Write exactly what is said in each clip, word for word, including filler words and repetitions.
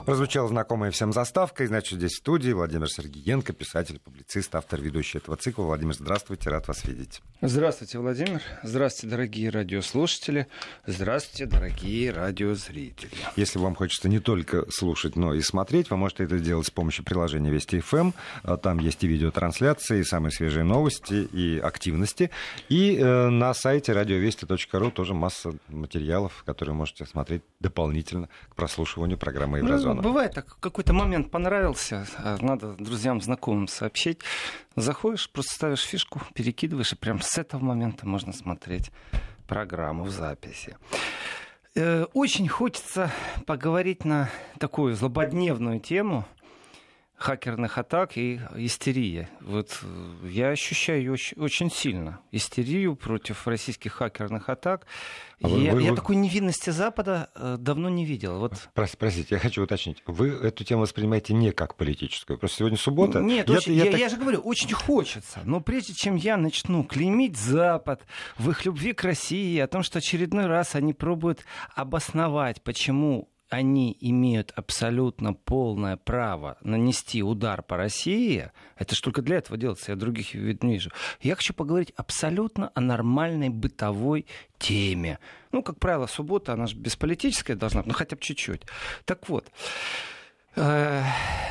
Прозвучала знакомая всем заставка. И, значит, здесь в студии Владимир Сергиенко, писатель, публицист, автор, ведущий этого цикла. Владимир, здравствуйте, рад вас видеть. Здравствуйте, Владимир. Здравствуйте, дорогие радиослушатели. Здравствуйте, дорогие радиозрители. Если вам хочется не только слушать, но и смотреть, вы можете это делать с помощью приложения Вести эф эм. Там есть и видеотрансляции, и самые свежие новости, и активности. И э, на сайте радиовести точка ру тоже масса материалов, которые можете смотреть дополнительно к прослушиванию программы «Еврозона». Ну, бывает так, какой-то момент понравился, надо друзьям, знакомым сообщить. Заходишь, просто ставишь фишку, перекидываешь, и прям с этого момента можно смотреть программу в записи. Очень хочется поговорить на такую злободневную тему хакерных атак и истерии. Вот я ощущаю ее очень, очень сильно. Истерию против российских хакерных атак. А вы, я, вы, я вы... такой невинности Запада э, давно не видел. Вот... Простите, я хочу уточнить. Вы эту тему воспринимаете не как политическую? Просто сегодня суббота. Нет, я, очень, я, я, так... я же говорю, очень хочется. Но прежде чем я начну клеймить Запад в их любви к России, о том, что очередной раз они пробуют обосновать, почему они имеют абсолютно полное право нанести удар по России, это ж только для этого делается, я других вид не вижу. Я хочу поговорить абсолютно о нормальной бытовой теме. Ну, как правило, суббота, она же бесполитическая должна быть, ну, хотя бы чуть-чуть. Так вот, как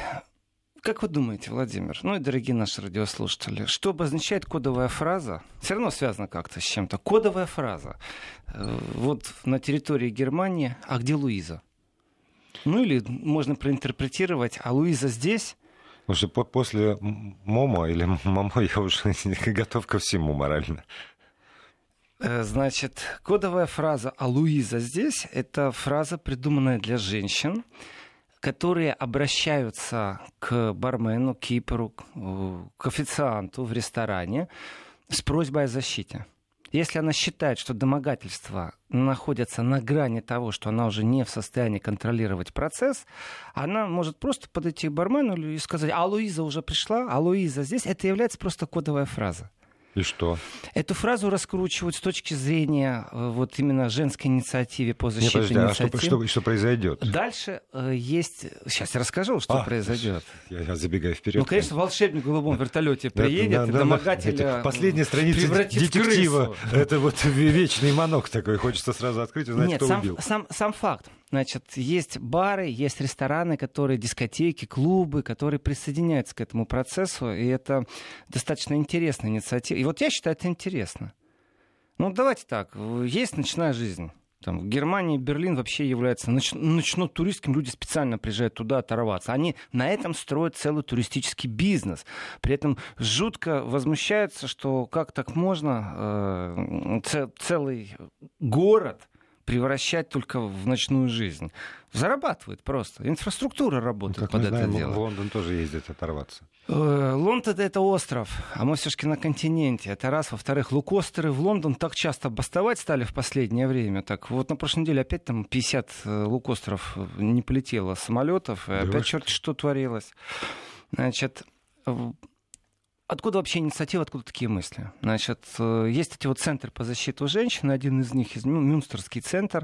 вы думаете, Владимир, ну и дорогие наши радиослушатели, что обозначает кодовая фраза? Все равно связано как-то с чем-то. Кодовая фраза. Вот на территории Германии, а где Луиза? Ну или можно проинтерпретировать, а Луиза здесь? Слушай, после Момо или Мамо я уже готов ко всему морально. Значит, кодовая фраза «а Луиза здесь» — это фраза, придуманная для женщин, которые обращаются к бармену, к киперу, к официанту в ресторане с просьбой о защите. Если она считает, что домогательства находятся на грани того, что она уже не в состоянии контролировать процесс, она может просто подойти к бармену и сказать: «А Луиза уже пришла? А Луиза здесь?» Это является просто кодовая фраза. И что? Эту фразу раскручивают с точки зрения вот именно женской инициативы по защите инициатив. А что, что, что произойдет? Дальше э, есть... Сейчас я расскажу, что а, произойдет. Я, я забегаю вперед. Ну, конечно, волшебник в голубом вертолете приедет, и домогателя последняя страница детектива. Это вот вечный манок такой. Хочется сразу открыть и узнать, Нет, кто сам, убил. Сам, сам факт. Значит, есть бары, есть рестораны, которые, дискотеки, клубы, которые присоединяются к этому процессу, и это достаточно интересная инициатива. И вот я считаю, это интересно. Ну, давайте так, есть ночная жизнь. Там, в Германии, Берлин вообще является ноч... ночно-туристским, люди специально приезжают туда оторваться. Они на этом строят целый туристический бизнес. При этом жутко возмущаются, что как так можно э, ц... целый город превращать только в ночную жизнь. Зарабатывают просто. Инфраструктура работает ну, под это знаем, дело. В Лондон тоже ездит оторваться. Лондон — это остров, а мы все-таки на континенте. Это раз. Во-вторых, лукостеры в Лондон так часто бастовать стали в последнее время. Так вот на прошлой неделе опять там пятьдесят лукостеров не полетело самолетов. И опять черт что творилось. Значит... Откуда вообще инициатива, откуда такие мысли? Значит, есть эти вот центры по защите женщин, один из них, ну, Мюнстерский центр.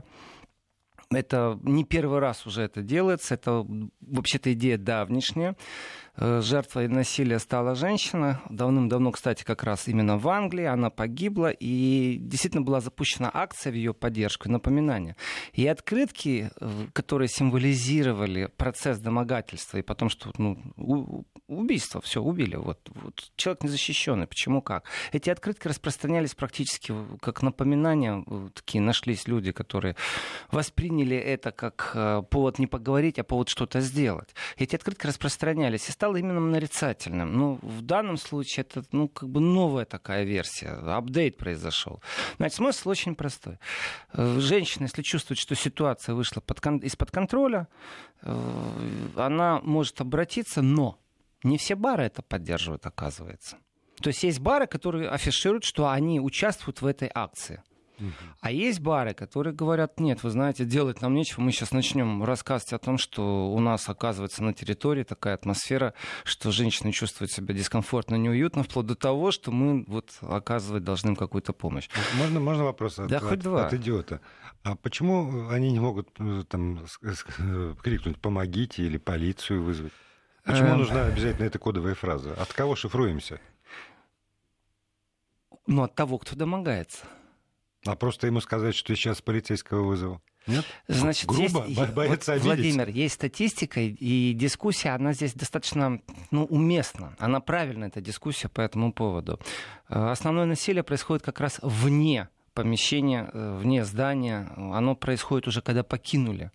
Это не первый раз уже это делается, это вообще-то идея давнишняя. Жертвой насилия стала женщина. Давным-давно, кстати, как раз именно в Англии. Она погибла, и действительно была запущена акция в ее поддержку, напоминание. И открытки, которые символизировали процесс домогательства, и потом, что ну, убийство, все, убили. Вот, вот. Человек незащищенный, почему как? Эти открытки распространялись практически как напоминание. Такие нашлись люди, которые восприняли это как повод не поговорить, а повод что-то сделать. Эти открытки распространялись и стало именно нарицательным. Ну, в данном случае это, ну, как бы новая такая версия. Апдейт произошел. Значит, смысл очень простой. Женщина, если чувствует, что ситуация вышла под, из-под контроля, она может обратиться, но не все бары это поддерживают, оказывается. То есть есть бары, которые афишируют, что они участвуют в этой акции. А есть бары, которые говорят, нет, вы знаете, делать нам нечего, мы сейчас начнем рассказывать о том, что у нас, оказывается, на территории такая атмосфера, что женщины чувствуют себя дискомфортно, неуютно, вплоть до того, что мы вот оказывать должны им какую-то помощь. Можно, можно вопрос от, да, хоть от, два. от идиота? А почему они не могут там крикнуть «помогите» или полицию вызвать? Почему нужна обязательно эта кодовая фраза? От кого шифруемся? Ну, от того, кто домогается. А просто ему сказать, что сейчас полицейского вызову? Нет? Значит, грубо, есть, боятся вот, обидеть. Владимир, есть статистика, и дискуссия, она здесь достаточно ну, уместна. Она правильная, эта дискуссия по этому поводу. Основное насилие происходит как раз вне помещения, вне здания. Оно происходит уже, когда покинули.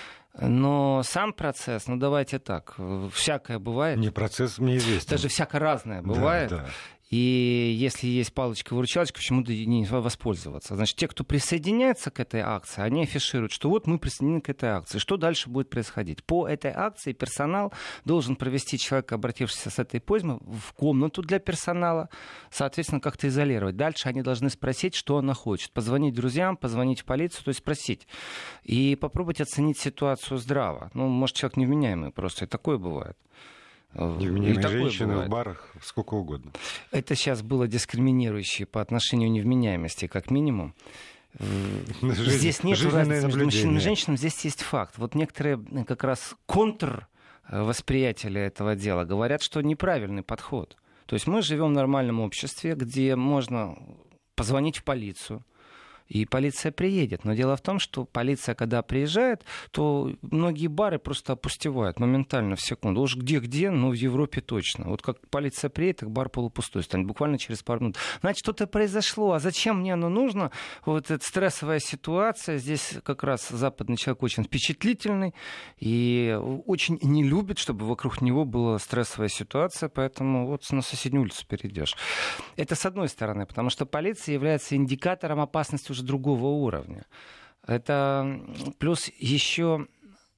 Но сам процесс, ну давайте так, всякое бывает. Не, процесс мне известен. Даже всяко разное бывает. Да, да. И если есть палочка-выручалочка, почему-то не воспользоваться. Значит, те, кто присоединяется к этой акции, они афишируют, что вот мы присоединены к этой акции. Что дальше будет происходить? По этой акции персонал должен провести человека, обратившегося с этой просьбой, в комнату для персонала, соответственно, как-то изолировать. Дальше они должны спросить, что она хочет. Позвонить друзьям, позвонить в полицию, то есть спросить. И попробовать оценить ситуацию здраво. Ну, может, человек невменяемый просто, и такое бывает. Невменяемые женщины бывает. В барах сколько угодно. Это сейчас было дискриминирующее по отношению к невменяемости, как минимум. Жизнь, здесь нет разницы между мужчинами и женщинами, здесь есть факт. Вот некоторые как раз контрвосприятели этого дела говорят, что неправильный подход. То есть мы живем в нормальном обществе, где можно позвонить в полицию, и полиция приедет. Но дело в том, что полиция, когда приезжает, то многие бары просто опустевают моментально в секунду. Уж где-где, но в Европе точно. Вот как полиция приедет, так бар полупустой станет. Буквально через пару минут. Значит, что-то произошло. А зачем мне оно нужно? Вот эта стрессовая ситуация. Здесь как раз западный человек очень впечатлительный и очень не любит, чтобы вокруг него была стрессовая ситуация. Поэтому вот на соседнюю улицу перейдешь. Это с одной стороны, потому что полиция является индикатором опасности уже другого уровня. Это плюс еще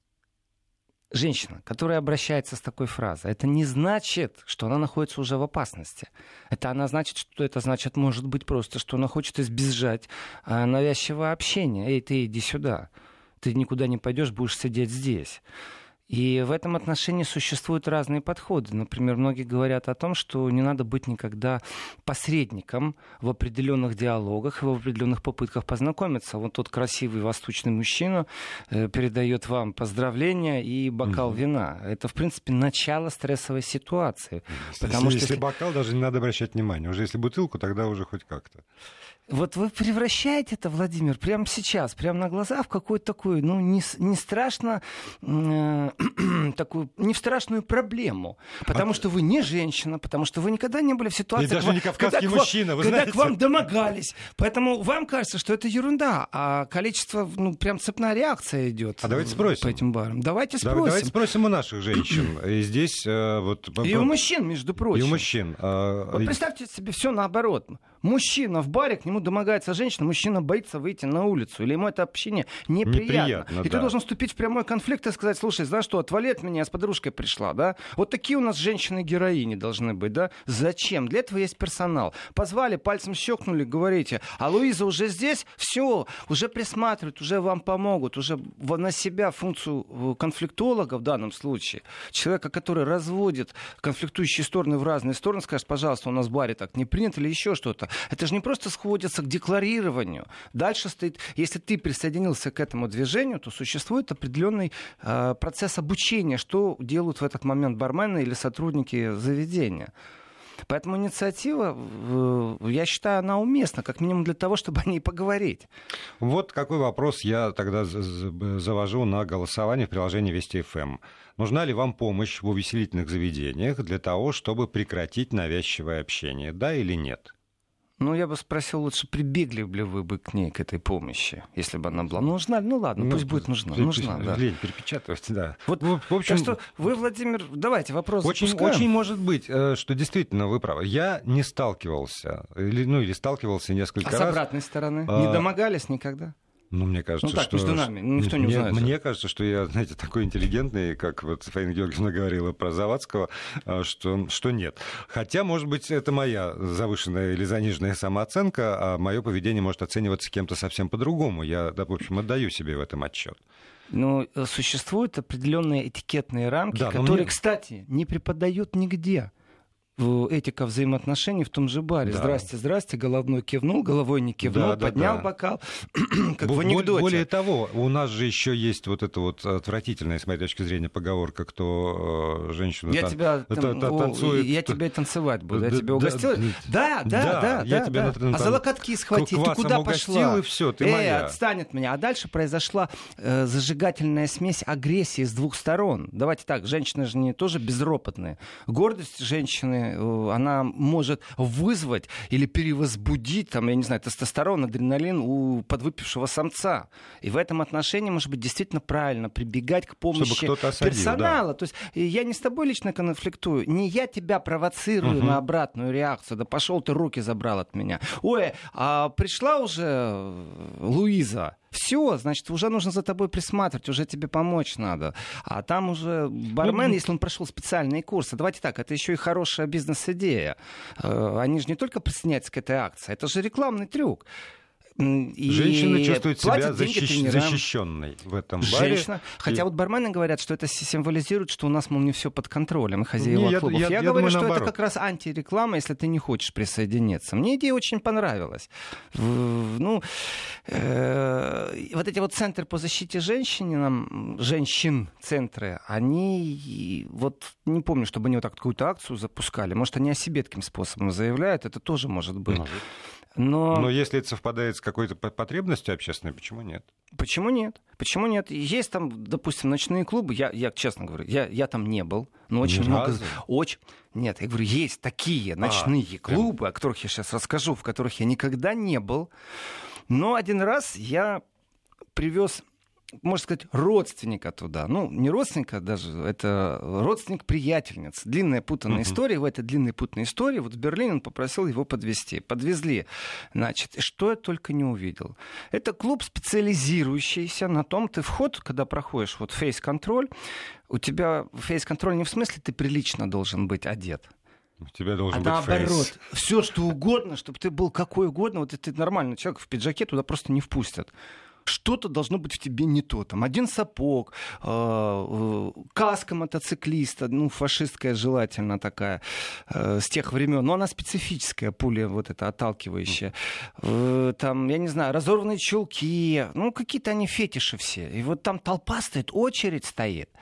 женщина, которая обращается с такой фразой. Это не значит, что она находится уже в опасности. Это она значит, что это значит, может быть, просто, что она хочет избежать навязчивого общения. Эй, ты иди сюда. Ты никуда не пойдешь, будешь сидеть здесь. И в этом отношении существуют разные подходы. Например, многие говорят о том, что не надо быть никогда посредником в определенных диалогах и в определенных попытках познакомиться. Вот тот красивый восточный мужчина передает вам поздравления и бокал угу. вина. Это, в принципе, начало стрессовой ситуации. Если, Потому если, что, если бокал, даже не надо обращать внимания. Уже если бутылку, тогда уже хоть как-то. Вот вы превращаете это, Владимир, прямо сейчас, прямо на глаза в какую-то такую, ну, не, не страшно, э, такую, не в страшную проблему. Потому а... что вы не женщина, потому что вы никогда не были в ситуации... И даже вам, не кавказский когда мужчина, вы когда знаете. К вам домогались. Поэтому вам кажется, что это ерунда, а количество, ну, прям цепная реакция идет. А давайте спросим. По этим барам. Давайте спросим. Давайте спросим у наших женщин. И здесь э, вот... И у мужчин, между прочим. И у мужчин. Э... Вот представьте себе все наоборот. Мужчина в баре, к нему домогается женщина, мужчина боится выйти на улицу, или ему это общение неприятно. неприятно и да. ты должен вступить в прямой конфликт и сказать: слушай, знаешь что, отвали от меня, я с подружкой пришла, да? Вот такие у нас женщины-героини должны быть, да? Зачем? Для этого есть персонал. Позвали, пальцем щелкнули, говорите: а Луиза уже здесь? Все, уже присматривают, уже вам помогут, уже на себя функцию конфликтолога в данном случае, человека, который разводит конфликтующие стороны в разные стороны, скажет: пожалуйста, у нас в баре так не принято, или еще что-то. Это же не просто сходится к декларированию. Дальше стоит, если ты присоединился к этому движению, то существует определенный э, процесс обучения, что делают в этот момент бармены или сотрудники заведения. Поэтому инициатива, я считаю, она уместна, как минимум для того, чтобы о ней поговорить. Вот какой вопрос я тогда завожу на голосование в приложении Вести эф эм. Нужна ли вам помощь в увеселительных заведениях для того, чтобы прекратить навязчивое общение? Да или нет? Ну, я бы спросил лучше, прибегли ли вы бы к ней, к этой помощи, если бы она была нужна. Ну, ладно, ну, пусть будет нужна. Перепи... нужна да. Лень, перепечатывать, да. Вот, в общем... Так что вы, Владимир, давайте вопрос очень, запускаем. Очень может быть, что действительно вы правы. Я не сталкивался, или, ну, или сталкивался несколько а раз. А с обратной стороны? А... Не домогались никогда? Ну, мне кажется, ну, так, что... между нами, ну, никто не мне, узнает. Мне кажется, что я, знаете, такой интеллигентный, как вот Фаина Георгиевна говорила про Завадского, что, что нет. Хотя, может быть, это моя завышенная или заниженная самооценка, а мое поведение может оцениваться кем-то совсем по-другому. Я, да, в общем, отдаю себе в этом отчет. Но существуют определенные этикетные рамки, да, которые, мне... кстати, не преподают нигде. Этика взаимоотношений в том же баре. Да. Здрасте, здрасте, головной кивнул, головой не кивнул, да, да, поднял да. бокал, как Б- в анекдоте. Более того, у нас же еще есть вот эта вот отвратительная, с моей точки зрения, поговорка, кто э, женщину я тан- тебя, та- там, та- о, танцует... Я тебя и танцевать буду, да, я тебя угостил. Да, да, да, да. Я да, тебя да. на, на, а за локотки схватить, ты куда пошла? И все, ты э, моя. Отстань от меня. А дальше произошла э, зажигательная смесь агрессии с двух сторон. Давайте так, женщины же не тоже безропотные. Гордость женщины, э, она может вызвать или перевозбудить, там, я не знаю, тестостерон, адреналин у подвыпившего самца. И в этом отношении, может быть, действительно правильно прибегать к помощи осадил, персонала. Да. То есть я не с тобой лично конфликтую, не я тебя провоцирую угу. на обратную реакцию. Да пошел ты, руки забрал от меня. Ой, а пришла уже Луиза. Все, значит, уже нужно за тобой присматривать, уже тебе помочь надо. А там уже бармен, ну, если он прошел специальные курсы, давайте так, это еще и хорошая бизнес-идея. Они же не только присоединяются к этой акции, это же рекламный трюк. И женщина чувствует себя защищ... защищенной в этом баре. Женщина. Хотя и... вот бармены говорят, что это символизирует, что у нас, мол, не все под контролем, и хозяева не, клубов. Я, я, я, я я говорю, думаю, что наоборот. Это как раз антиреклама, если ты не хочешь присоединиться. Мне идея очень понравилась. Ну, э, вот эти вот центры по защите женщин, женщин центры, они, вот не помню, чтобы они вот так какую-то акцию запускали. Может, они о себе таким способом заявляют, это тоже может быть. Может. Но... Но если это совпадает с какой-то потребностью общественной, почему нет? Почему нет? Почему нет? Есть там, допустим, ночные клубы. Я, я честно говорю, я, я там не был, но очень Ни много... разу? Очень... Нет, я говорю, есть такие ночные а, клубы, прям... о которых я сейчас расскажу, в которых я никогда не был. Но один раз я привез, можно сказать, родственника туда. Ну, не родственника даже, это родственник приятельницы. Длинная путанная uh-huh. история. В этой длинной путанной истории вот в Берлине он попросил его подвезти. Подвезли. Значит, что я только не увидел. Это клуб, специализирующийся на том, ты вход, когда проходишь вот фейс-контроль, у тебя фейс-контроль не в смысле ты прилично должен быть одет. У тебя должен а быть наоборот, фейс. Все, что угодно, чтобы ты был какой угодно, вот ты нормальный человек в пиджаке туда просто не впустят. Что-то должно быть в тебе не то. Там один сапог, э, э, каска мотоциклиста, ну, фашистская желательно такая, э, с тех времен. Но она специфическая, пуля вот эта отталкивающая. Э, там, я не знаю, разорванные чулки. Ну, какие-то они фетиши все. И вот там толпа стоит, очередь стоит.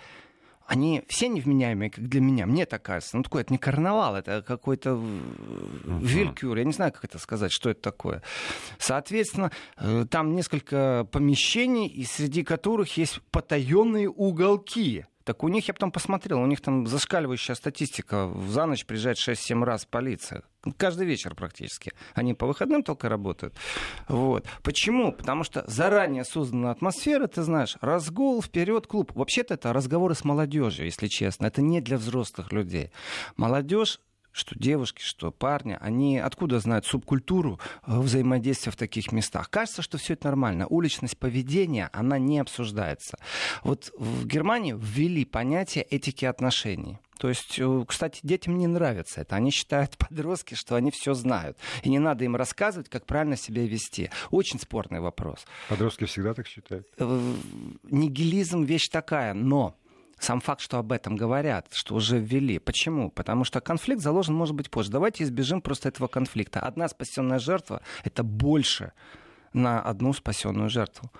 Они все невменяемые, как для меня. Мне так кажется. Ну, такой, это не карнавал, это какой-то uh-huh. вилькюр. Я не знаю, как это сказать, что это такое. Соответственно, там несколько помещений, и среди которых есть потаенные уголки. Так у них, я потом посмотрел, у них там зашкаливающая статистика. За ночь приезжает шесть-семь раз полиция. Каждый вечер практически. Они по выходным только работают. Вот. Почему? Потому что заранее создана атмосфера, ты знаешь, разгул, вперед, клуб. Вообще-то это разговоры с молодежью, если честно. Это не для взрослых людей. Молодежь, что девушки, что парни, они откуда знают субкультуру взаимодействия в таких местах? Кажется, что все это нормально. Уличность поведения, она не обсуждается. Вот в Германии ввели понятие этики отношений. То есть, кстати, детям не нравится это. Они считают, подростки, что они все знают. И не надо им рассказывать, как правильно себя вести. Очень спорный вопрос. Подростки всегда так считают? Нигилизм — вещь такая, но... Сам факт, что об этом говорят, что уже ввели. Почему? Потому что конфликт заложен, может быть, позже. Давайте избежим просто этого конфликта. Одна спасенная жертва — это больше на одну спасенную жертву.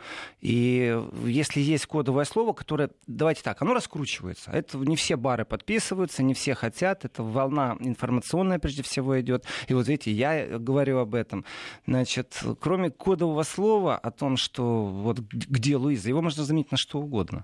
И если есть кодовое слово, которое, давайте так, оно раскручивается. Это не все бары подписываются, не все хотят. Это волна информационная прежде всего идет. И вот видите, я говорю об этом. Значит, кроме кодового слова о том, что вот где Луиза, его можно заменить на что угодно.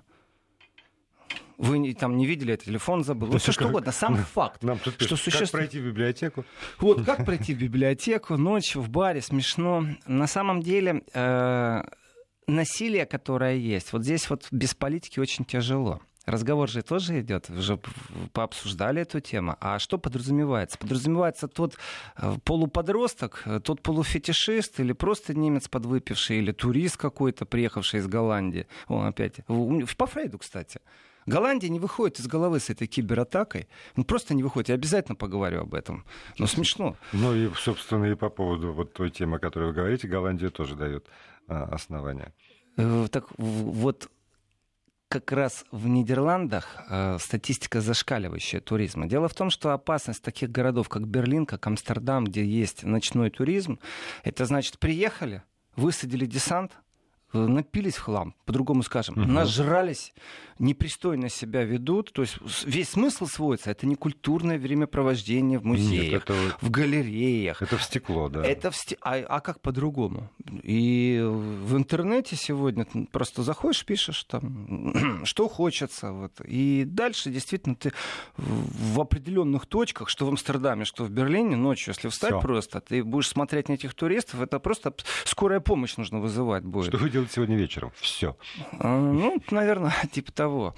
Вы там не видели, телефон забыл. Вот все что угодно. Сам факт, нам тут что существует... Как пройти в библиотеку? Вот, как пройти в библиотеку ночью в баре, смешно. На самом деле, э, насилие, которое есть, вот здесь вот без политики очень тяжело. Разговор же тоже идет, уже пообсуждали эту тему. А что подразумевается? Подразумевается тот полуподросток, тот полуфетишист или просто немец подвыпивший, или турист какой-то, приехавший из Голландии. О, опять. По Фрейду, кстати. Голландия не выходит из головы с этой кибератакой. Он просто не выходит. Я обязательно поговорю об этом. Но смешно. Ну и, собственно, и по поводу вот той темы, о которой вы говорите, Голландия тоже дает а, основания. Так вот... Как раз в Нидерландах э, статистика зашкаливающая туризма. Дело в том, что опасность таких городов, как Берлин, как Амстердам, где есть ночной туризм, это значит, приехали, высадили десант, напились в хлам, по-другому скажем, угу. нажрались, непристойно себя ведут. То есть весь смысл сводится, это не культурное времяпровождение в музеях, Нет, это, в галереях. Это в стекло, да. Это в сте... а, а как по-другому? И в интернете сегодня просто заходишь, пишешь там, что хочется. Вот. И дальше действительно ты в определенных точках, что в Амстердаме, что в Берлине, ночью, если встать Всё. просто, ты будешь смотреть на этих туристов, это просто скорая помощь нужно вызывать будет. Что вы делаете сегодня вечером? Все. Ну, наверное, типа того.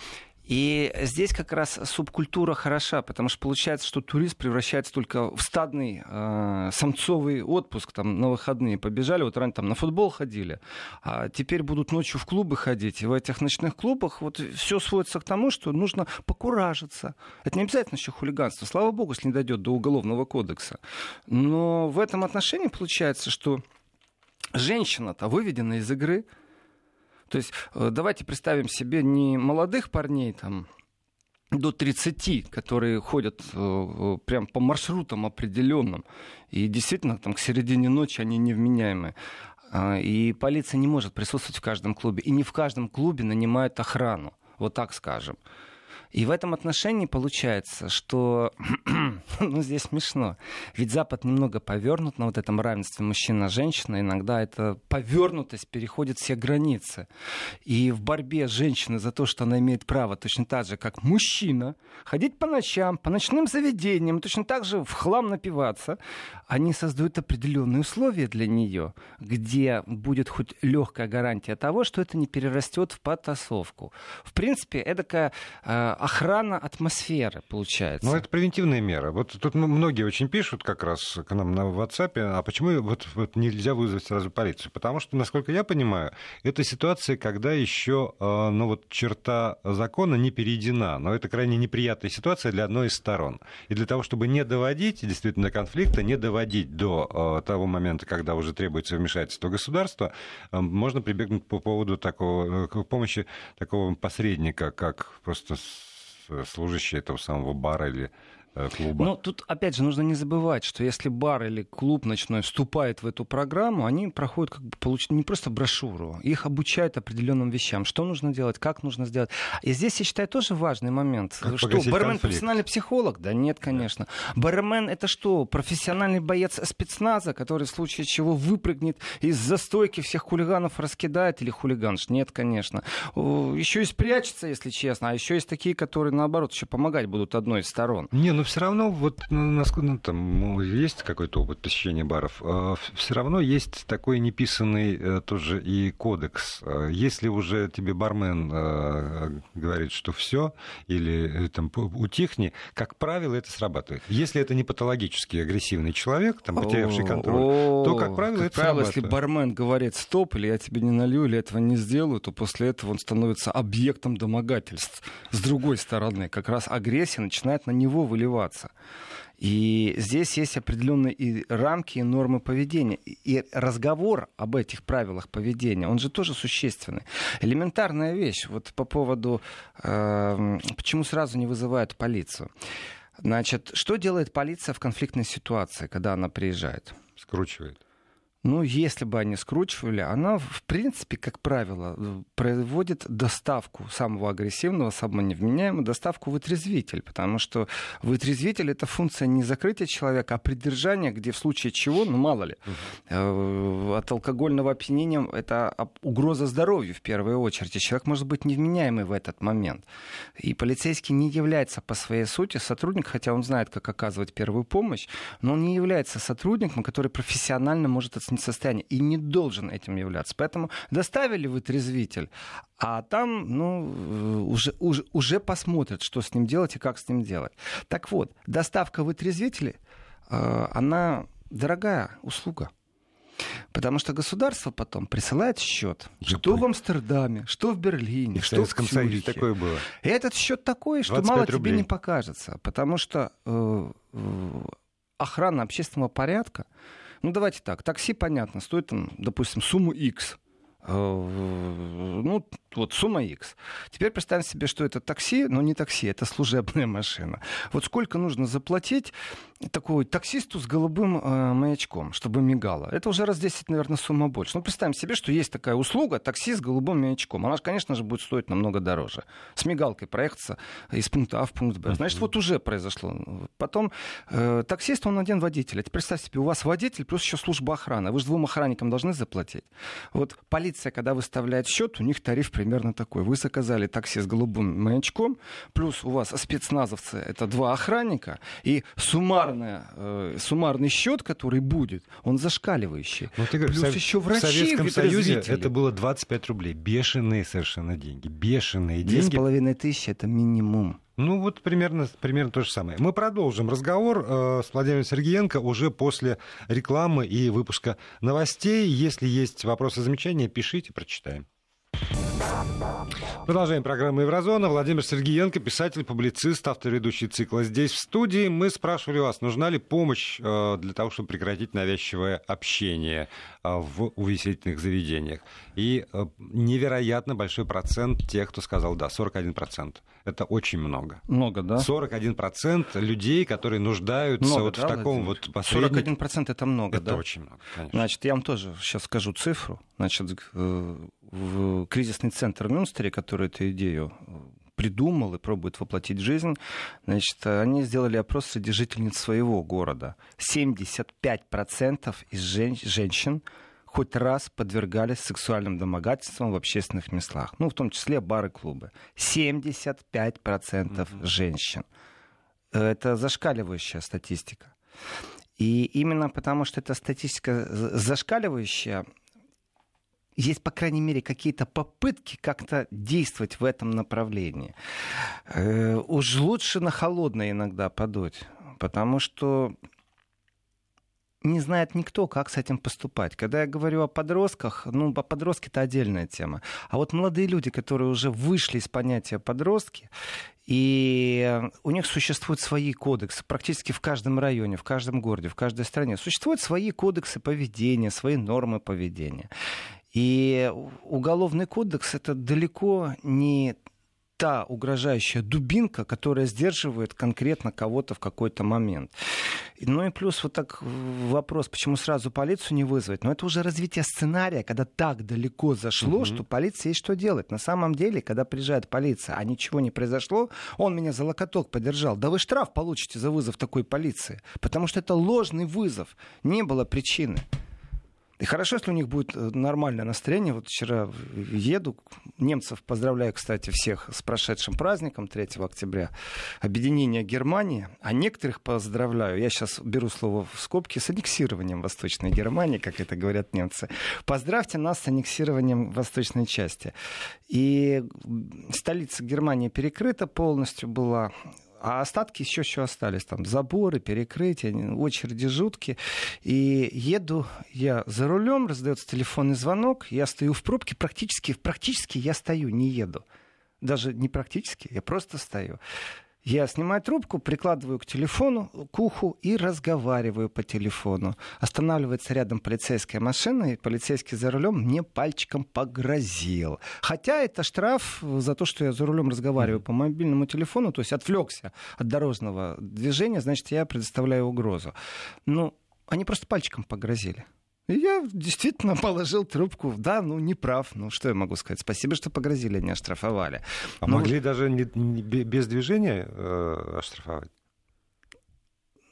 И здесь как раз субкультура хороша, потому что получается, что турист превращается только в стадный э, самцовый отпуск. Там на выходные побежали, вот раньше там на футбол ходили, а теперь будут ночью в клубы ходить. И в этих ночных клубах вот все сводится к тому, что нужно покуражиться. Это не обязательно еще хулиганство. Слава богу, если не дойдет до уголовного кодекса. Но в этом отношении получается, что женщина-то выведена из игры. То есть давайте представим себе не молодых парней там, до тридцати, которые ходят э, прям по маршрутам определенным. И действительно там, к середине ночи они невменяемые. Э, и полиция не может присутствовать в каждом клубе. И не в каждом клубе нанимают охрану. Вот так скажем. И в этом отношении получается, что ну, здесь смешно. Ведь Запад немного повернут на вот этом равенстве мужчина-женщина. Иногда эта повернутость переходит все границы. И в борьбе женщины за то, что она имеет право точно так же, как мужчина, ходить по ночам, по ночным заведениям, точно так же в хлам напиваться, они создают определенные условия для нее, где будет хоть легкая гарантия того, что это не перерастет в потасовку. В принципе, эдакая э, охрана атмосферы получается. Ну, это превентивная мера. Вот тут многие очень пишут как раз к нам на WhatsApp, а почему вот, вот нельзя вызвать сразу полицию? Потому что, насколько я понимаю, это ситуация, когда еще э, ну, вот, черта закона не перейдена. Но это крайне неприятная ситуация для одной из сторон. И для того, чтобы не доводить действительно до конфликта, не доводить до э, того момента, когда уже требуется вмешательство государства, э, можно прибегнуть по поводу такого, к помощи такого посредника, как просто служащий этого самого бара или клуба. Ну, тут, опять же, нужно не забывать, что если бар или клуб ночной вступает в эту программу, они проходят, как бы, получить не просто брошюру, их обучают определенным вещам, что нужно делать, как нужно сделать. И здесь, я считаю, тоже важный момент. Как что, бармен конфликт. Профессиональный психолог? Да нет, конечно. Да. Бармен — это что, профессиональный боец спецназа, который в случае чего выпрыгнет из застойки, всех хулиганов раскидает, или хулиганш? Нет, конечно. Еще и спрячется, если честно, а еще есть такие, которые, наоборот, еще помогать будут одной из сторон. Не, ну все равно, вот, ну, там есть какой-то опыт посещения баров, все равно есть такой неписанный тоже и кодекс. Если уже тебе бармен говорит, что все, или там утихни, как правило, это срабатывает. Если это не патологически агрессивный человек, там, потерявший контроль, то, как правило, это срабатывает. Если бармен говорит стоп, или я тебе не налью, или этого не сделаю, то после этого он становится объектом домогательств. С другой стороны, как раз агрессия начинает на него выливаться. И здесь есть определенные и рамки, и нормы поведения. И разговор об этих правилах поведения, он же тоже существенный. Элементарная вещь. Вот по поводу, э, почему сразу не вызывают полицию. Значит, что делает полиция в конфликтной ситуации, когда она приезжает? Скручивает. Ну, если бы они скручивали, она, в принципе, как правило, производит доставку самого агрессивного, самого невменяемого, доставку вытрезвитель, потому что вытрезвитель — это функция не закрытия человека, а придержания, где в случае чего, ну, мало ли, uh-huh. от алкогольного опьянения это угроза здоровью в первую очередь, и человек может быть невменяемый в этот момент. И полицейский не является по своей сути сотрудником, хотя он знает, как оказывать первую помощь, но он не является сотрудником, который профессионально может отслеживать выяснить состояние и не должен этим являться. Поэтому доставили вытрезвитель, а там ну, уже, уже, уже посмотрят, что с ним делать и как с ним делать. Так вот, доставка вытрезвителей, она дорогая услуга. Потому что государство потом присылает счет, что понял. В Амстердаме, что в Берлине, и что в Цюрихе. Такое было. И этот счет такой, что мало рублей. Тебе не покажется. Потому что э, охрана общественного порядка, ну давайте так, такси, понятно, стоит, там, допустим, сумму X. Ну, вот сумма X. Теперь представим себе, что это такси, но не такси, это служебная машина. Вот сколько нужно заплатить такой таксисту с голубым э, маячком, чтобы мигало? Это уже раз в десять, наверное, сумма больше. Ну, представим себе, что есть такая услуга, такси с голубым маячком. Она, конечно же, будет стоить намного дороже. С мигалкой проехаться из пункта А в пункт Б. Значит, вот уже произошло. Потом э, таксист, он один водитель. А теперь представьте себе, у вас водитель плюс еще служба охраны. Вы же двум охранникам должны заплатить. Вот полиция, когда выставляет счет, у них тариф примерно такой. Вы заказали такси с голубым маячком, плюс у вас спецназовцы, это два охранника, и суммарная, э, суммарный счет, который будет, он зашкаливающий. Ну, ты говоришь, плюс в, еще врачи, в Советском Союзе это было двадцать пять рублей. Бешеные совершенно деньги. Бешеные деньги. Две с половиной тысячи — это минимум. Ну, вот примерно, примерно то же самое. Мы продолжим разговор э, с Владимиром Сергеенко уже после рекламы и выпуска новостей. Если есть вопросы, замечания, пишите, прочитаем. Продолжаем программу «Еврозона». Владимир Сергеенко, писатель, публицист, автор ведущий цикла «Здесь в студии». Мы спрашивали вас, нужна ли помощь э, для того, чтобы прекратить навязчивое общение э, в увеселительных заведениях. И э, невероятно большой процент тех, кто сказал «да», сорок один процент. Это очень много. Много, да? сорок один процент людей, которые нуждаются много, вот да, в таком Владимир? вот посреднике. сорок один процент это много, это да? Это очень много, конечно. Значит, я вам тоже сейчас скажу цифру. Значит, в кризисный центр в Мюнстере, который эту идею придумал и пробует воплотить в жизнь, значит, они сделали опрос среди жительниц своего города. семьдесят пять процентов из жен- женщин хоть раз подвергались сексуальным домогательствам в общественных местах. Ну, в том числе бары, клубы. семьдесят пять процентов mm-hmm. женщин. Это зашкаливающая статистика. И именно потому, что эта статистика зашкаливающая, есть, по крайней мере, какие-то попытки как-то действовать в этом направлении. Э, уж лучше на холодное иногда подуть, потому что не знает никто, как с этим поступать. Когда я говорю о подростках, ну, о подростке это отдельная тема. А вот молодые люди, которые уже вышли из понятия подростки, и у них существуют свои кодексы практически в каждом районе, в каждом городе, в каждой стране. Существуют свои кодексы поведения, свои нормы поведения. И уголовный кодекс — это далеко не та угрожающая дубинка, которая сдерживает конкретно кого-то в какой-то момент. Ну и плюс вот так вопрос, почему сразу полицию не вызвать? Но это уже развитие сценария, когда так далеко зашло, mm-hmm. что полиция есть что делать. На самом деле, когда приезжает полиция, а ничего не произошло, он меня за локоток подержал. Да вы штраф получите за вызов такой полиции, потому что это ложный вызов. Не было причины. И хорошо, если у них будет нормальное настроение. Вот вчера еду, немцев поздравляю, кстати, всех с прошедшим праздником третьего октября, объединение Германии, а некоторых поздравляю, я сейчас беру слово в скобки, с аннексированием Восточной Германии, как это говорят немцы. Поздравьте нас с аннексированием восточной части. И столица Германии перекрыта полностью была. А остатки еще еще остались. Там заборы, перекрытия, очереди жуткие. И еду я за рулем, раздается телефонный звонок, я стою в пробке, практически, практически я стою, не еду. Даже не практически, я просто стою. Я снимаю трубку, прикладываю к телефону, к уху и разговариваю по телефону. Останавливается рядом полицейская машина, и полицейский за рулем мне пальчиком погрозил. Хотя это штраф за то, что я за рулем разговариваю по мобильному телефону, то есть отвлекся от дорожного движения, значит, я предоставляю угрозу. Ну, они просто пальчиком погрозили. И я действительно положил трубку. Да, ну, не прав. Ну, что я могу сказать? Спасибо, что погрозили, не оштрафовали. А Но... могли даже не, не, без движения э, оштрафовать?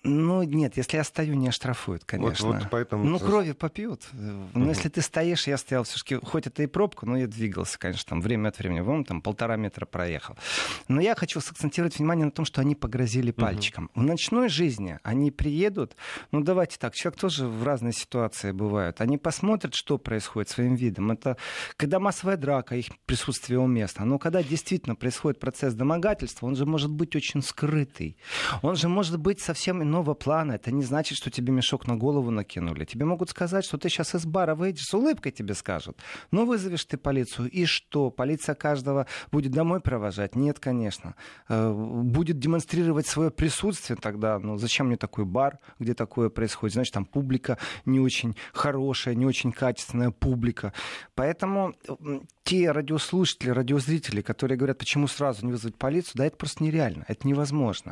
Ну, нет, если я стою, не оштрафуют, конечно. Вот, вот поэтому... Ну, крови попьют. Но угу. если ты стоишь, я стоял все-таки, хоть это и пробка, но я двигался, конечно, там, время от времени. Вон, там, полтора метра проехал. Но я хочу сакцентировать внимание на том, что они погрозили пальчиком. Угу. В ночной жизни они приедут, ну, давайте так, человек тоже в разной ситуации бывает. Они посмотрят, что происходит своим видом. Это когда массовая драка, их присутствие уместно. Но когда действительно происходит процесс домогательства, он же может быть очень скрытый. Он же может быть совсем иного плана. Это не значит, что тебе мешок на голову накинули. Тебе могут сказать, что ты сейчас из бара выйдешь, с улыбкой тебе скажут. Ну, вызовешь ты полицию, и что? Полиция каждого будет домой провожать? Нет, конечно. Будет демонстрировать свое присутствие тогда. Ну, зачем мне такой бар, где такое происходит? Значит, там публика не очень хорошая, не очень качественная публика. Поэтому те радиослушатели, радиозрители, которые говорят, почему сразу не вызвать полицию, да, это просто нереально, это невозможно.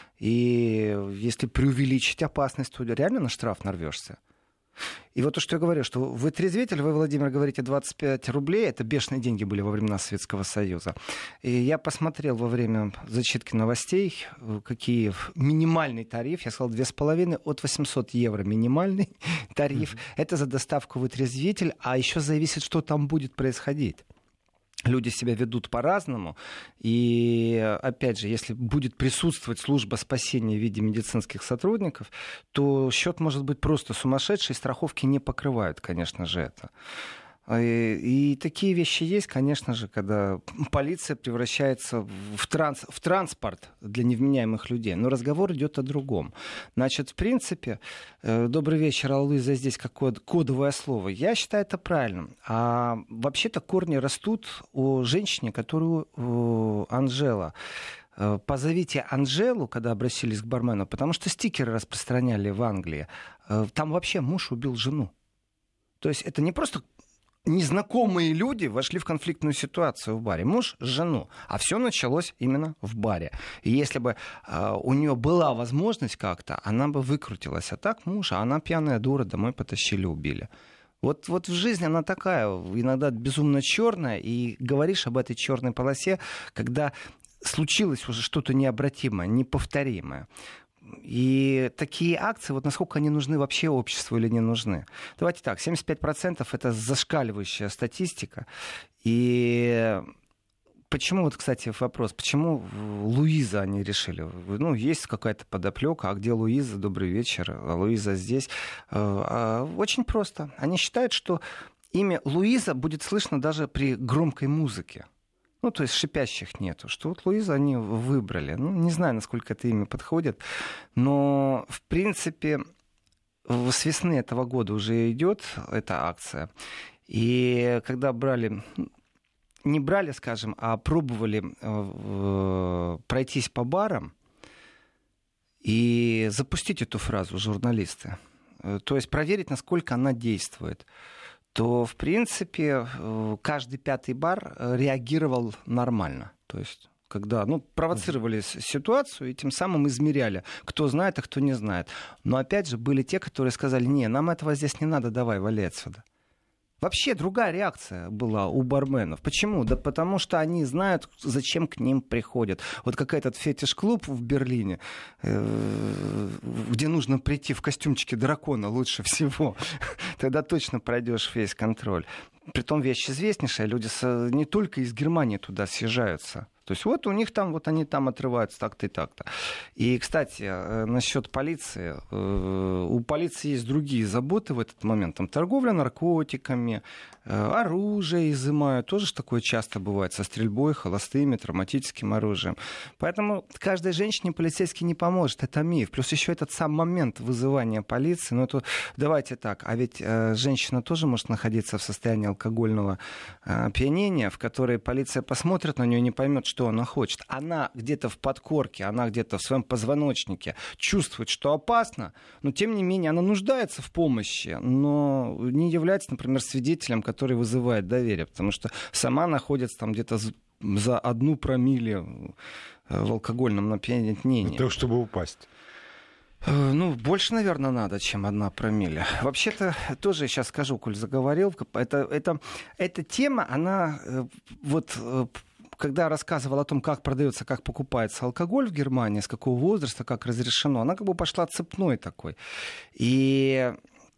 И если преувеличить опасность, то реально на штраф нарвешься. И вот то, что я говорю, что вы трезвитель, вы, Владимир, говорите двадцать пять рублей, это бешеные деньги были во времена Советского Союза. И я посмотрел во время зачитки новостей, какие минимальный тариф, я сказал, две с половиной, от восемьсот евро минимальный тариф. Mm-hmm. Это за доставку вы трезвитель, а еще зависит, что там будет происходить. Люди себя ведут по-разному, и, опять же, если будет присутствовать служба спасения в виде медицинских сотрудников, то счет может быть просто сумасшедший, страховки не покрывают, конечно же, это. И, и такие вещи есть, конечно же, когда полиция превращается в, транс, в транспорт для невменяемых людей. Но разговор идет о другом. Значит, в принципе, добрый вечер, Аллуиза, здесь как код, кодовое слово. Я считаю это правильным. А вообще-то корни растут у женщины, которую у Анжела. Позовите Анжелу, когда обратились к бармену, потому что стикеры распространяли в Англии. Там вообще муж убил жену. То есть это не просто... Незнакомые люди вошли в конфликтную ситуацию в баре. Муж с жену. А все началось именно в баре. И если бы э, у нее была возможность как-то, она бы выкрутилась. А так муж, а она пьяная дура, домой потащили, убили. Вот, вот в жизни она такая, иногда безумно черная. И говоришь об этой черной полосе, когда случилось уже что-то необратимое, неповторимое. И такие акции, вот насколько они нужны вообще обществу или не нужны? Давайте так, семьдесят пять процентов это зашкаливающая статистика. И почему, вот, кстати, вопрос, почему Луиза они решили? Ну, есть какая-то подоплека, а где Луиза? Добрый вечер, а Луиза здесь. Очень просто. Они считают, что имя Луиза будет слышно даже при громкой музыке. Ну, то есть шипящих нету. Что вот Луиза они выбрали. Ну, не знаю, насколько это имя подходит. Но, в принципе, с весны этого года уже идет эта акция. И когда брали... Не брали, скажем, а пробовали э, пройтись по барам и запустить эту фразу журналисты. То есть проверить, насколько она действует. То, в принципе, каждый пятый бар реагировал нормально. То есть, когда ну, провоцировали ситуацию и тем самым измеряли, кто знает, а кто не знает. Но, опять же, были те, которые сказали, не, нам этого здесь не надо, давай, вали отсюда. Вообще другая реакция была у барменов. Почему? Да потому что они знают, зачем к ним приходят. Вот как этот фетиш-клуб в Берлине, где нужно прийти в костюмчике дракона лучше всего. Тогда точно пройдешь весь контроль. Притом вещь известнейшая. Люди не только из Германии туда съезжаются. То есть вот у них там, вот они там отрываются так-то и так-то. И, кстати, насчет полиции. У полиции есть другие заботы в этот момент. Там торговля наркотиками, оружие изымают. Тоже ж такое часто бывает со стрельбой, холостыми, травматическим оружием. Поэтому каждой женщине полицейский не поможет. Это миф. Плюс еще этот сам момент вызывания полиции. Ну, это давайте так. А ведь женщина тоже может находиться в состоянии алкогольного опьянения, в которой полиция посмотрит на нее и не поймет, что что она хочет. Она где-то в подкорке, она где-то в своем позвоночнике чувствует, что опасно, но тем не менее она нуждается в помощи, но не является, например, свидетелем, который вызывает доверие, потому что сама находится там где-то за одну промилле в алкогольном опьянении. Для того, чтобы упасть. Ну, больше, наверное, надо, чем одна промилле. Вообще-то, тоже сейчас скажу, коль заговорил, это, это, эта тема, она вот... когда рассказывала о том, как продается, как покупается алкоголь в Германии, с какого возраста, как разрешено, она как бы пошла цепной такой. И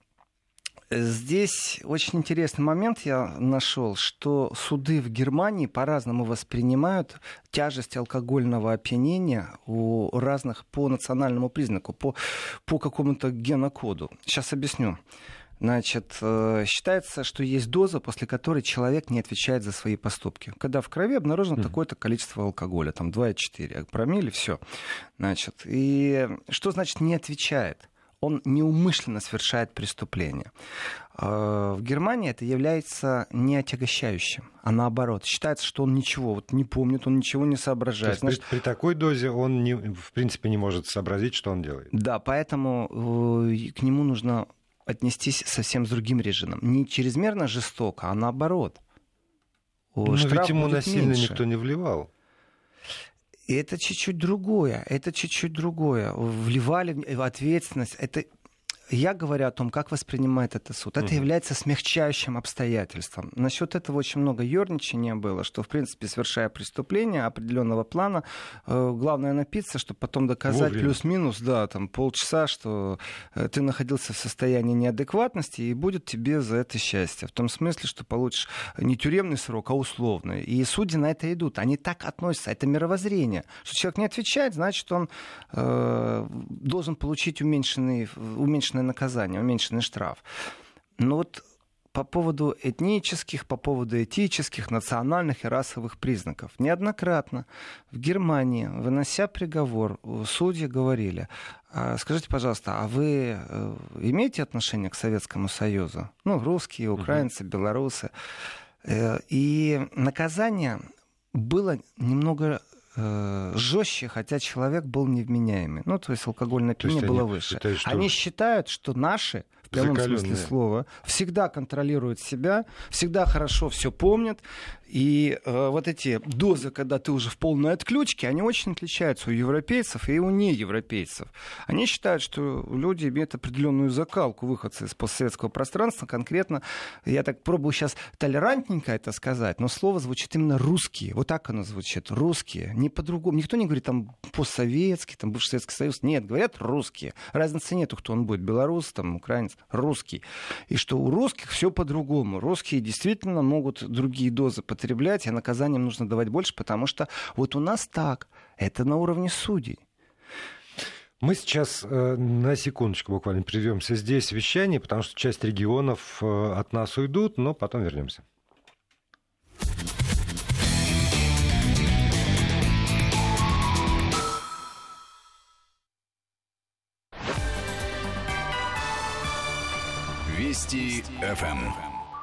здесь очень интересный момент я нашел, что суды в Германии по-разному воспринимают тяжесть алкогольного опьянения у разных по национальному признаку, по, по какому-то генокоду. Сейчас объясню. Значит, считается, что есть доза, после которой человек не отвечает за свои поступки. Когда в крови обнаружено mm. такое-то количество алкоголя, там два и четыре промилле, все. Значит, и что значит не отвечает? Он неумышленно совершает преступление. В Германии это является не отягощающим, а наоборот. Считается, что он ничего вот не помнит, он ничего не соображает. То есть Значит, при, при такой дозе он, не, в принципе, не может сообразить, что он делает. Да, поэтому к нему нужно отнестись совсем с другим режимом. Не чрезмерно жестоко, а наоборот. Но ведь ему насильно меньше. Никто не вливал. Это чуть-чуть другое. Это чуть-чуть другое. Вливали в ответственность. Это... Я говорю о том, как воспринимает это суд. Это uh-huh. является смягчающим обстоятельством. Насчет этого очень много ерничания было, что, в принципе, совершая преступление определенного плана, э, главное напиться, чтобы потом доказать Вовремя. Плюс-минус, да, там, полчаса, что э, ты находился в состоянии неадекватности, и будет тебе за это счастье. В том смысле, что получишь не тюремный срок, а условный. И судьи на это идут. Они так относятся. Это мировоззрение. Что человек не отвечает, значит, он э, должен получить уменьшенный, уменьшенный наказание, уменьшенный штраф. Но вот по поводу этнических, по поводу этических, национальных и расовых признаков. Неоднократно в Германии, вынося приговор, судьи говорили: скажите, пожалуйста, а вы имеете отношение к Советскому Союзу? Ну, русские, украинцы, угу. белорусы. И наказание было немного жестче, хотя человек был невменяемый. Ну, то есть алкогольное опьянение было выше. Считают, что... Они считают, что наши, в прямом смысле слова, всегда контролируют себя, всегда хорошо все помнят. И э, вот эти дозы, когда ты уже в полной отключке, они очень отличаются у европейцев и у неевропейцев. Они считают, что люди имеют определенную закалку, выходцы из постсоветского пространства. Конкретно, я так пробую сейчас толерантненько это сказать, но слово звучит именно русские. Вот так оно звучит. Русские. Не по-другому. Никто не говорит там постсоветский, там бывший Советский Союз. Нет, говорят русские. Разницы нету, кто он будет. Белорус, там, украинец, русский. И что у русских все по-другому. Русские действительно могут другие дозы потреблять, а наказаниям нужно давать больше, потому что вот у нас так. Это на уровне судей. Мы сейчас э, на секундочку буквально прервемся здесь вещание, потому что часть регионов э, от нас уйдут, но потом вернемся. Вести эф эм.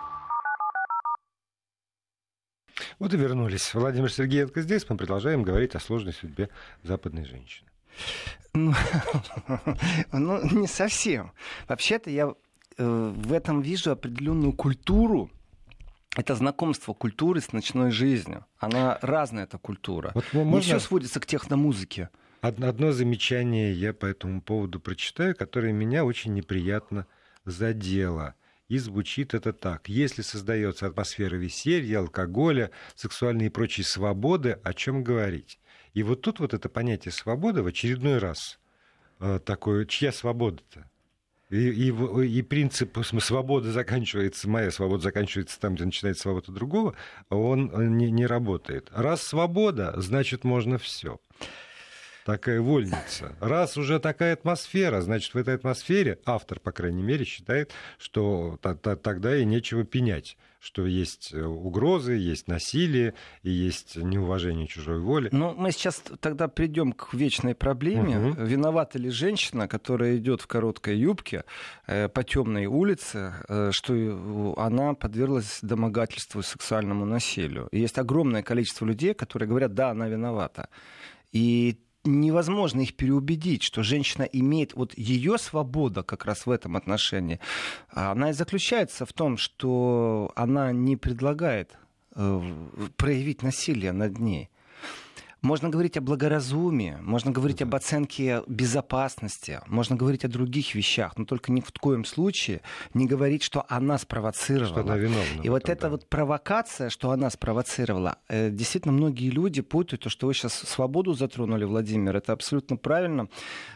Вот и вернулись. Владимир Сергеенко здесь. Мы продолжаем говорить о сложной судьбе западной женщины. Ну, ну не совсем. Вообще-то я э, в этом вижу определенную культуру. Это знакомство культуры с ночной жизнью. Она разная, эта культура. Вот можно... Не все сводится к техномузыке. Одно замечание я по этому поводу прочитаю, которое меня очень неприятно задело. И звучит это так. Если создается атмосфера веселья, алкоголя, сексуальной и прочей свободы, о чем говорить? И вот тут вот это понятие свободы в очередной раз э, такое, чья свобода-то? И, и, и принцип свободы заканчивается, моя свобода заканчивается там, где начинается свобода другого, он не, не работает. Раз свобода, значит можно все. Такая вольница. Раз уже такая атмосфера, значит, в этой атмосфере автор, по крайней мере, считает, что тогда и нечего пенять, что есть угрозы, есть насилие, и есть неуважение чужой воли. Ну, мы сейчас тогда придем к вечной проблеме. Угу. Виновата ли женщина, которая идет в короткой юбке э, по темной улице, э, что она подверглась домогательству и сексуальному насилию? И есть огромное количество людей, которые говорят, да, она виновата. И невозможно их переубедить, что женщина имеет... Вот ее свобода как раз в этом отношении, она и заключается в том, что она не предлагает э, проявить насилие над ней. Можно говорить о благоразумии, можно говорить об оценке безопасности, можно говорить о других вещах, но только ни в коем случае не говорить, что она спровоцировала. Что она виновна. И потом, вот эта да. вот провокация, что она спровоцировала, э, действительно, многие люди путают то, что вы сейчас свободу затронули, Владимир, это абсолютно правильно.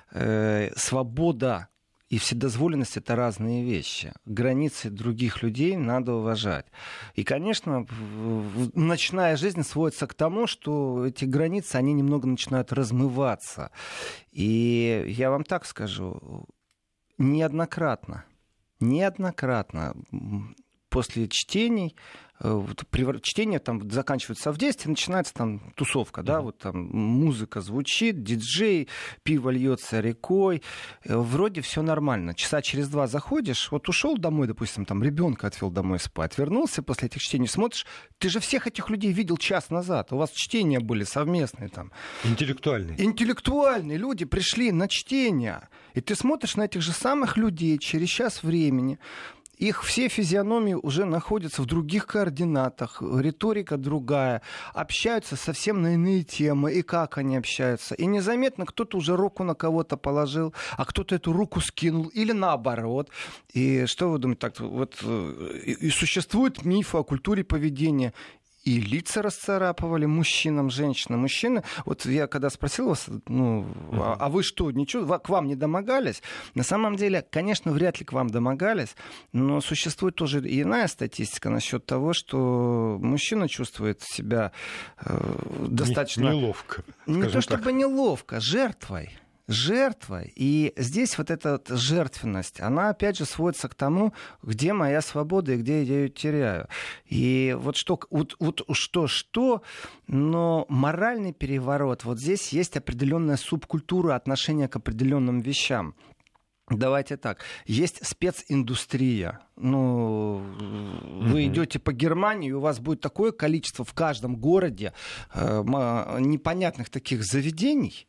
Э, свобода и вседозволенность — это разные вещи. Границы других людей надо уважать. И, конечно, ночная жизнь сводится к тому, что эти границы, они немного начинают размываться. И я вам так скажу, неоднократно, неоднократно после чтений, чтение там заканчивается в десять, начинается там тусовка, да, вот там музыка звучит, диджей, пиво льется рекой, вроде все нормально. Часа через два заходишь, вот ушел домой, допустим, там ребенка отвел домой спать, вернулся после этих чтений, смотришь, ты же всех этих людей видел час назад, у вас чтения были совместные там. Интеллектуальные. Интеллектуальные люди пришли на чтение, и ты смотришь на этих же самых людей через час времени. Их все физиономии уже находятся в других координатах, риторика другая, общаются совсем на иные темы, и как они общаются. И незаметно кто-то уже руку на кого-то положил, а кто-то эту руку скинул, или наоборот. И что вы думаете, так вот и, и существует миф о культуре поведения. И лица расцарапывали мужчинам, женщинам. Мужчины, вот я когда спросил вас, ну, а, а вы что, ничего, к вам не домогались? На самом деле, конечно, вряд ли к вам домогались, но существует тоже и иная статистика насчет того, что мужчина чувствует себя э, достаточно... Неловко. Не то так. чтобы неловко, жертвой. Жертвой. И здесь вот эта вот жертвенность, она опять же сводится к тому, где моя свобода и где я ее теряю. И вот что, вот, вот что-что, но моральный переворот, вот здесь есть определенная субкультура отношения к определенным вещам. Давайте так. Есть специндустрия. Ну, mm-hmm. вы идете по Германии, и у вас будет такое количество в каждом городе э, непонятных таких заведений,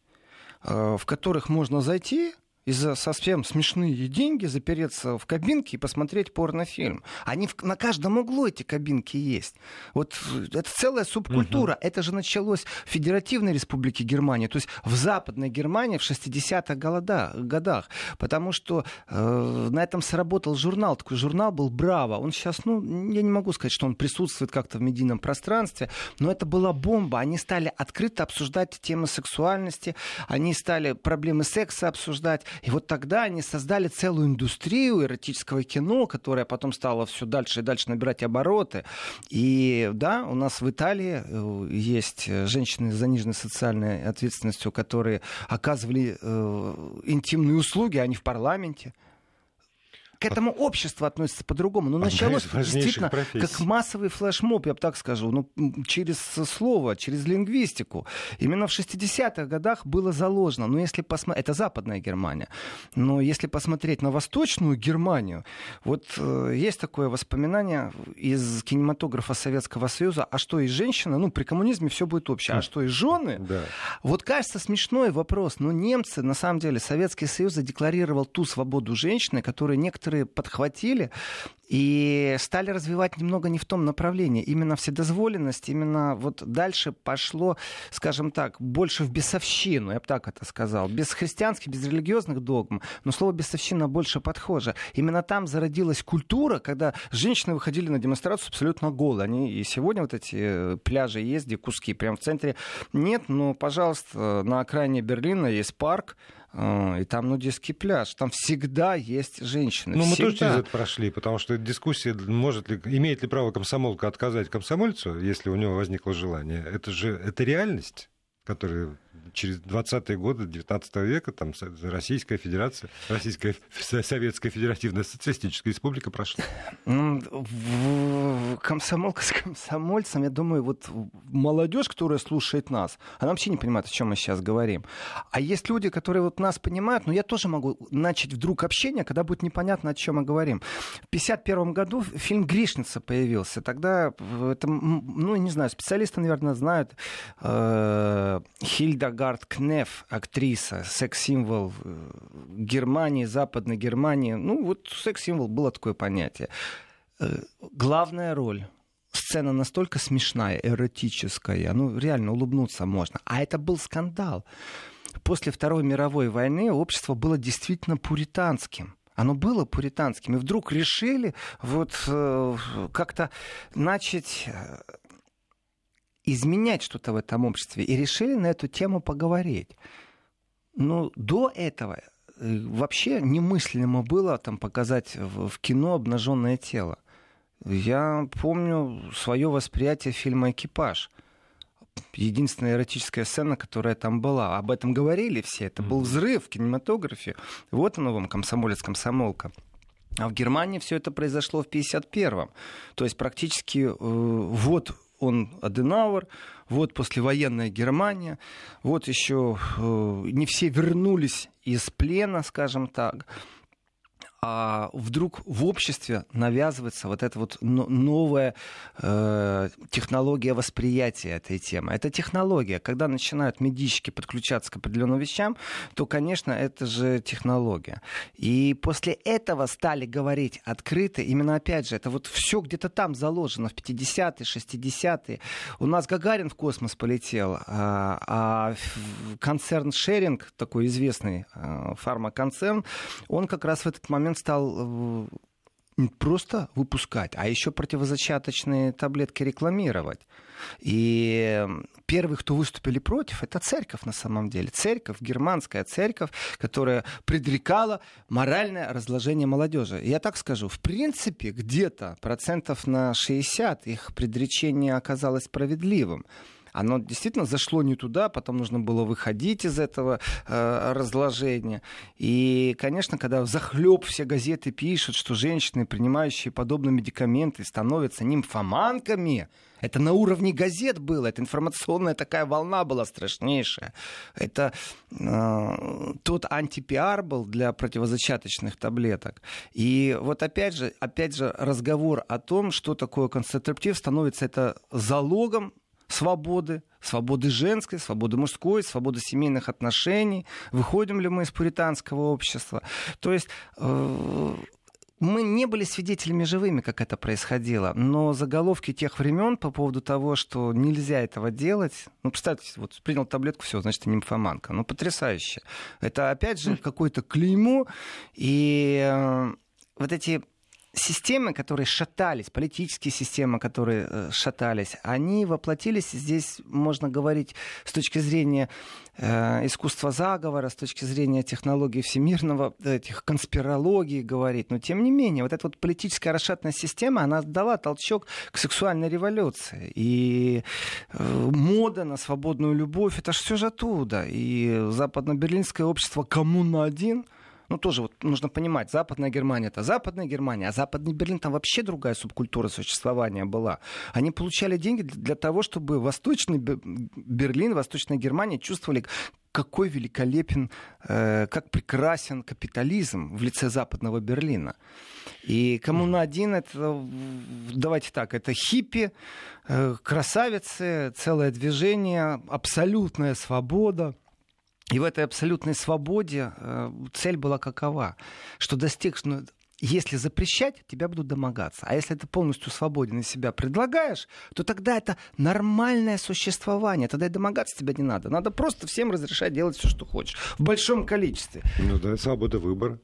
в которых можно зайти и за совсем смешные деньги запереться в кабинке и посмотреть порнофильм. Они в, на каждом углу эти кабинки есть. Вот это целая субкультура. Uh-huh. Это же началось в Федеративной Республике Германия, то есть в Западной Германии в шестидесятых годах. Потому что э, на этом сработал журнал. Такой журнал был «Браво». Он сейчас, ну, я не могу сказать, что он присутствует как-то в медийном пространстве, но это была бомба. Они стали открыто обсуждать темы сексуальности, они стали проблемы секса обсуждать. И вот тогда они создали целую индустрию эротического кино, которая потом стала все дальше и дальше набирать обороты. И да, у нас в Италии есть женщины с заниженной социальной ответственностью, которые оказывали э, интимные услуги, они в парламенте. К этому общество относится по-другому. Но началось действительно как массовый флешмоб, я бы так скажу, ну, через слово, через лингвистику. Именно в шестидесятых годах было заложено. Но если посмотреть, это Западная Германия. Но если посмотреть на Восточную Германию, вот э, есть такое воспоминание из кинематографа Советского Союза, а что и женщины, ну, при коммунизме все будет общее, а что и жены? Да. Вот кажется смешной вопрос, но немцы, на самом деле, Советский Союз задекларировал ту свободу женщины, которую некоторые подхватили и стали развивать немного не в том направлении. Именно вседозволенность, именно вот дальше пошло, скажем так, больше в бесовщину, я бы так это сказал. Без христианских, без религиозных догм, но слово бесовщина больше подхоже. Именно там зародилась культура, когда женщины выходили на демонстрацию абсолютно голые. Они и сегодня вот эти пляжи есть, где куски прямо в центре нет, но, пожалуйста, на окраине Берлина есть парк, и там нудистский пляж. Там всегда есть женщины. Ну, мы всегда. тоже через это прошли, потому что дискуссия, может ли, имеет ли право комсомолка отказать комсомольцу, если у него возникло желание. Это же это реальность, которая через двадцатые годы девятнадцатого века там Российская Федерация, Российская Советская Федеративная Социалистическая Республика прошла. Комсомолка с комсомольцем, я думаю, вот молодежь, которая слушает нас, она вообще не понимает, о чем мы сейчас говорим. А есть люди, которые вот нас понимают, но я тоже могу начать вдруг общение, когда будет непонятно, о чем мы говорим. В пятьдесят первом году фильм «Грешница» появился. Тогда, это, ну, не знаю, специалисты, наверное, знают, э, Хильдегард Кнеф, актриса, секс-символ Германии, Западной Германии. Ну, вот секс-символ было такое понятие. Главная роль сцена настолько смешная, эротическая, ну, реально улыбнуться можно. А это был скандал. После Второй мировой войны общество было действительно пуританским. Оно было пуританским. И вдруг решили вот э, как-то начать изменять что-то в этом обществе. И решили на эту тему поговорить. Но до этого вообще немыслимо было там показать в, в кино обнаженное тело. Я помню свое восприятие фильма «Экипаж». Единственная эротическая сцена, которая там была. Об этом говорили все. Это был взрыв в кинематографе. Вот оно вам, «Комсомолец, комсомолка». А в Германии все это произошло в пятьдесят первом. То есть практически э, вот он, Аденауэр, вот послевоенная Германия, вот еще э, не все вернулись из плена, скажем так. А вдруг в обществе навязывается вот эта вот новая э, технология восприятия этой темы. Это технология. Когда начинают медички подключаться к определенным вещам, то, конечно, это же технология. И после этого стали говорить открыто. Именно, опять же, это вот все где-то там заложено, в пятидесятые, шестидесятые. У нас Гагарин в космос полетел, а, а концерн Шеринг, такой известный а, фармаконцерн, он как раз в этот момент стал не просто выпускать, а еще противозачаточные таблетки рекламировать. И первые, кто выступили против, это церковь на самом деле. Церковь, германская церковь, которая предрекала моральное разложение молодежи. Я так скажу, в принципе, где-то процентов на шестьдесят их предречение оказалось справедливым. Оно действительно зашло не туда, потом нужно было выходить из этого э, разложения. И, конечно, когда взахлеб все газеты пишут, что женщины, принимающие подобные медикаменты, становятся нимфоманками, это на уровне газет было, это информационная такая волна была страшнейшая. Это э, тот антипиар был для противозачаточных таблеток. И вот опять же, опять же разговор о том, что такое контрацептив, становится это залогом свободы, свободы женской, свободы мужской, свободы семейных отношений. Выходим ли мы из пуританского общества? То есть э, мы не были свидетелями живыми, как это происходило, но заголовки тех времен по поводу того, что нельзя этого делать, ну, представьте, вот принял таблетку, все, значит, ты нимфоманка. Ну, потрясающе. Это, опять же, какое-то клеймо, и э, вот эти системы, которые шатались, политические системы, которые э, шатались, они воплотились, здесь можно говорить с точки зрения э, искусства заговора, с точки зрения технологий всемирного, этих конспирологий говорить, но тем не менее, вот эта вот политическая расшатанная система, она дала толчок к сексуальной революции, и э, мода на свободную любовь, это же все же оттуда, и западно-берлинское общество «Коммуна один», ну, тоже вот нужно понимать, Западная Германия — это Западная Германия, а Западный Берлин — там вообще другая субкультура существования была. Они получали деньги для того, чтобы Восточный Берлин, Восточная Германия чувствовали, какой великолепен, э, как прекрасен капитализм в лице Западного Берлина. И «Коммуна один» — это, давайте так, это хиппи, э, красавицы, целое движение, абсолютная свобода. И в этой абсолютной свободе э, цель была какова? Что достиг, ну, если запрещать, тебя будут домогаться. А если ты полностью свободен и себя предлагаешь, то тогда это нормальное существование. Тогда и домогаться тебя не надо. Надо просто всем разрешать делать все, что хочешь. В большом количестве. Ну да, свобода выбора.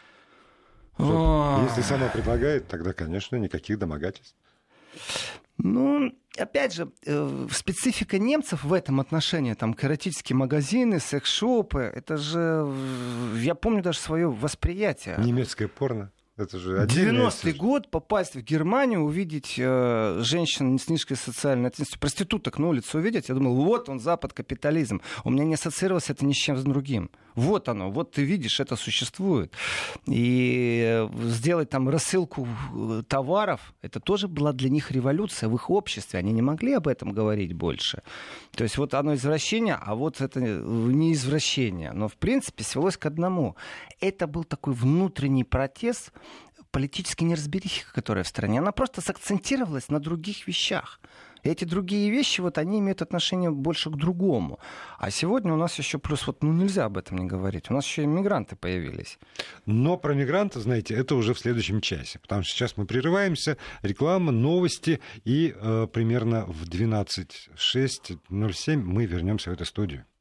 Если сама предлагает, тогда, конечно, никаких домогательств. Ну, опять же, э, специфика немцев в этом отношении, там, эротические магазины, секс-шопы, это же, я помню даже свое восприятие. Немецкое порно. Это же девяностый год, попасть в Германию, увидеть э, женщин с низкой социальной ответственностью, проституток на улице увидеть, я думал, вот он, Запад, капитализм. У меня не ассоциировалось это ни с чем другим. Вот оно, вот ты видишь, это существует. И сделать там рассылку товаров, это тоже была для них революция в их обществе. Они не могли об этом говорить больше. То есть вот оно извращение, а вот это не извращение. Но в принципе свелось к одному. Это был такой внутренний протест политической неразберихи, которая в стране. Она просто сакцентировалась на других вещах. Эти другие вещи, вот они имеют отношение больше к другому. А сегодня у нас еще плюс, вот, ну нельзя об этом не говорить, у нас еще и мигранты появились. Но про мигрантов, знаете, это уже в следующем часе, потому что сейчас мы прерываемся, реклама, новости, и э, примерно в двенадцать шесть ноль семь мы вернемся в эту студию.